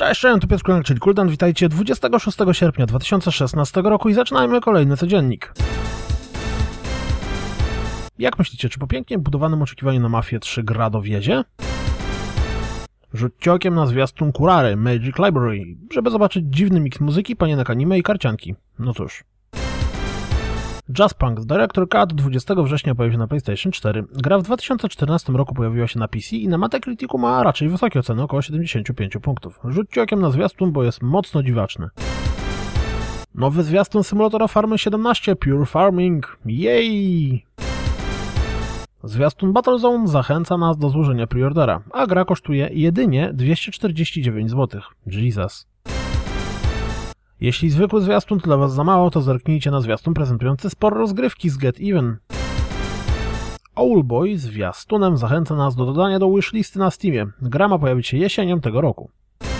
Cześć, tu Piotr Kulek, czyli Kuldan. Witajcie 26 sierpnia 2016 roku i zaczynajmy kolejny codziennik. Jak myślicie, czy po pięknie budowanym oczekiwaniu na Mafię 3 gra dowiezie? Rzućcie okiem na zwiastun Curare Magic Library, żeby zobaczyć dziwny miks muzyki, panienek anime i karcianki. No cóż. Jazzpunk Director Cut 20 września pojawi się na PlayStation 4. Gra w 2014 roku pojawiła się na PC i na Metacriticu ma raczej wysokie oceny, około 75 punktów. Rzućcie okiem na zwiastun, bo jest mocno dziwaczny. Nowy zwiastun symulatora Farmy 17 Pure Farming. Jej! Zwiastun Battlezone zachęca nas do złożenia preordera, a gra kosztuje jedynie 249 zł. Jesus. Jeśli zwykły zwiastun to dla was za mało, to zerknijcie na zwiastun prezentujący sporo rozgrywki z Get Even. Owlboy zwiastunem zachęca nas do dodania do wishlisty na Steamie. Gra ma pojawić się jesienią tego roku.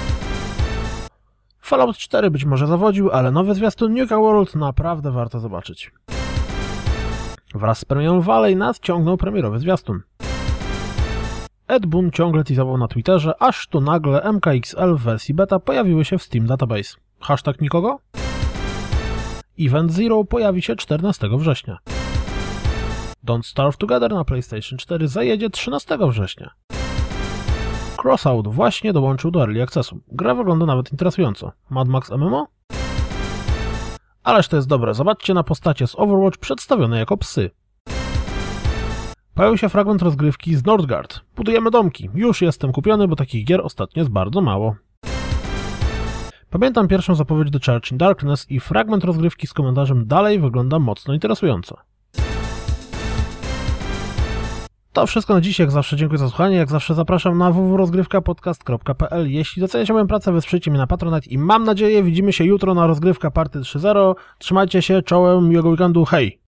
Fallout 4 być może zawodził, ale nowy zwiastun Nuka World naprawdę warto zobaczyć. Wraz z premierą Valley nadciągnął premierowy zwiastun. Ed Boon ciągle teasował na Twitterze, aż tu nagle MKXL w wersji beta pojawiły się w Steam Database. Hashtag nikogo? Event Zero pojawi się 14 września. Don't Starve Together na PlayStation 4 zajedzie 13 września. Crossout właśnie dołączył do Early Accessu. Gra wygląda nawet interesująco. Mad Max MMO? Ależ to jest dobre, zobaczcie na postacie z Overwatch przedstawione jako psy. Pojawił się fragment rozgrywki z Northgard. Budujemy domki. Już jestem kupiony, bo takich gier ostatnio jest bardzo mało. Pamiętam pierwszą zapowiedź The Church in Darkness i fragment rozgrywki z komentarzem dalej wygląda mocno interesująco. To wszystko na dziś, jak zawsze dziękuję za słuchanie, jak zawsze zapraszam na www.rozgrywkapodcast.pl. Jeśli doceniacie moją pracę, wesprzyjcie mnie na Patronite i mam nadzieję widzimy się jutro na rozgrywka party 3.0. Trzymajcie się, czołem, miłego weekendu, hej!